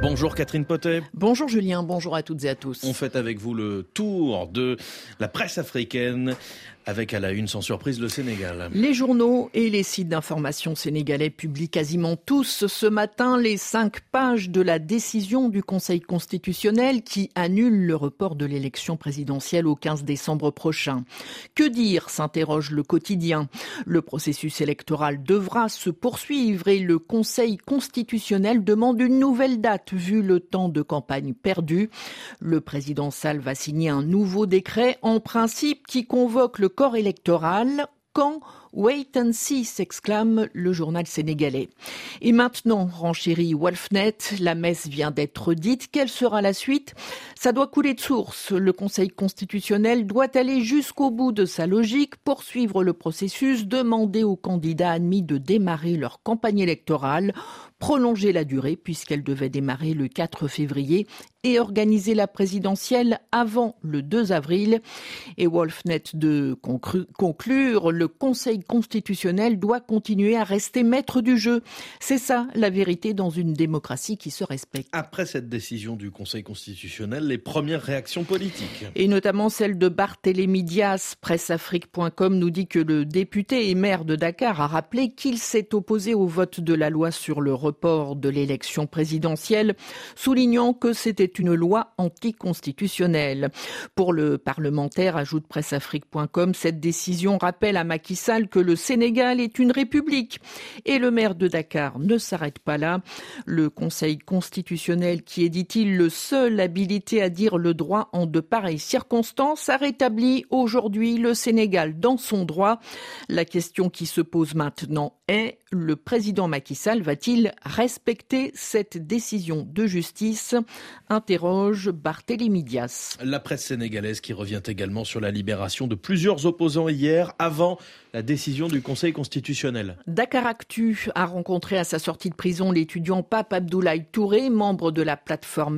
Bonjour Catherine Potet. Bonjour Julien, bonjour à toutes et à tous. On fait avec vous le tour de la presse africaine avec à la une sans surprise le Sénégal. Les journaux et les sites d'information sénégalais publient quasiment tous ce matin les 5 pages de la décision du Conseil constitutionnel qui annule le report de l'élection présidentielle au 15 décembre prochain. Que dire, s'interroge le quotidien. Le processus électoral devra se poursuivre et le Conseil constitutionnel demande une nouvelle date vu le temps de campagne perdu. Le président Sall va signer un nouveau décret en principe qui convoque le corps électoral. Quand? Wait and see, s'exclame le journal sénégalais. Et maintenant, renchérit Wolfnet, la messe vient d'être dite. Quelle sera la suite? Ça doit couler de source. Le Conseil constitutionnel doit aller jusqu'au bout de sa logique, poursuivre le processus, demander aux candidats admis de démarrer leur campagne électorale, prolonger la durée puisqu'elle devait démarrer le 4 février et organiser la présidentielle avant le 2 avril. Et Wolfnet de conclure, le Conseil constitutionnel doit continuer à rester maître du jeu. C'est ça, la vérité dans une démocratie qui se respecte. Après cette décision du Conseil constitutionnel, les premières réactions politiques. Et notamment celle de Barthélémy Dias. Presseafrique.com nous dit que le député et maire de Dakar a rappelé qu'il s'est opposé au vote de la loi sur le report de l'élection présidentielle, soulignant que c'était une loi anticonstitutionnelle. Pour le parlementaire, ajoute Presseafrique.com, cette décision rappelle à Macky Sall que le Sénégal est une république. Et le maire de Dakar ne s'arrête pas là. Le Conseil constitutionnel, qui est, dit-il, le seul habilité à dire le droit en de pareilles circonstances, a rétabli aujourd'hui le Sénégal dans son droit. La question qui se pose maintenant est, le président Macky Sall va-t-il respecter cette décision de justice? Interroge Barthélémy Dias. La presse sénégalaise qui revient également sur la libération de plusieurs opposants hier, avant la décision du Conseil constitutionnel. Dakaractu a rencontré à sa sortie de prison l'étudiant Pape Abdoulaye Touré, membre de la plateforme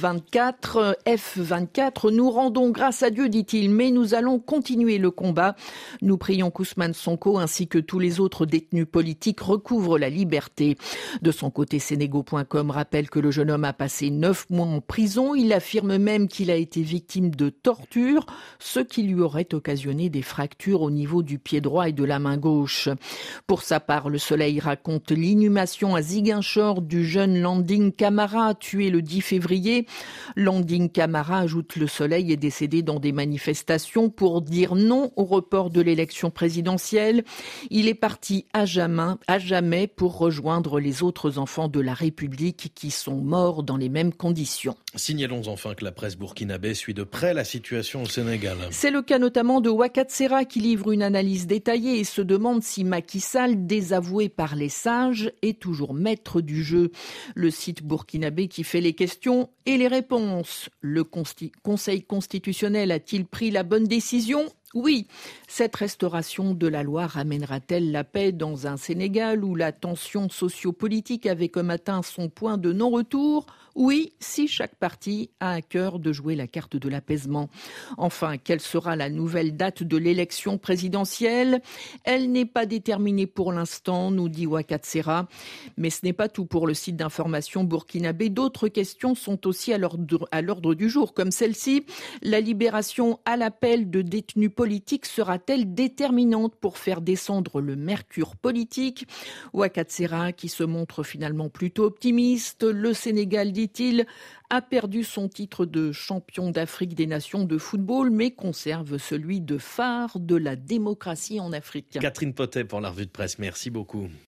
F24. Nous rendons grâce à Dieu, dit-il, mais nous allons continuer le combat. Nous prions qu'Ousmane Sonko ainsi que tous les autres détenus politiques recouvrent la liberté. De son côté, Senego.com rappelle que le jeune homme a passé 9 mois en prison. Il affirme même qu'il a été victime de torture, ce qui lui aurait occasionné des fractures au niveau du pied droit et de la main gauche. Pour sa part, Le Soleil raconte l'inhumation à Ziguinchor du jeune Landing Camara, tué le 10 février. Landing Camara, ajoute Le Soleil, est décédé dans des manifestations pour dire non au report de l'élection présidentielle. Il est parti à jamais pour rejoindre les autres enfants de la République qui sont morts dans les mêmes conditions. Signalons enfin que la presse burkinabé suit de près la situation au Sénégal. C'est le cas notamment de Ouakhatsera qui livre une analyse détaillée et se demande si Macky Sall, désavoué par les sages, est toujours maître du jeu. Le site burkinabé qui fait les questions et les réponses. Le Conseil constitutionnel a-t-il pris la bonne décision ? Oui, cette restauration de la loi ramènera-t-elle la paix dans un Sénégal où la tension sociopolitique avait comme atteint son point de non-retour? Oui, si chaque parti a à cœur de jouer la carte de l'apaisement. Enfin, quelle sera la nouvelle date de l'élection présidentielle? Elle n'est pas déterminée pour l'instant, nous dit Ouakhatsera. Mais ce n'est pas tout pour le site d'information burkinabé. D'autres questions sont aussi à l'ordre du jour, comme celle-ci. La libération à l'appel de détenus politique sera-t-elle déterminante pour faire descendre le mercure politique? Ouakhatsera qui se montre finalement plutôt optimiste. Le Sénégal, dit-il, a perdu son titre de champion d'Afrique des nations de football, mais conserve celui de phare de la démocratie en Afrique. Catherine Potet pour la revue de presse, merci beaucoup.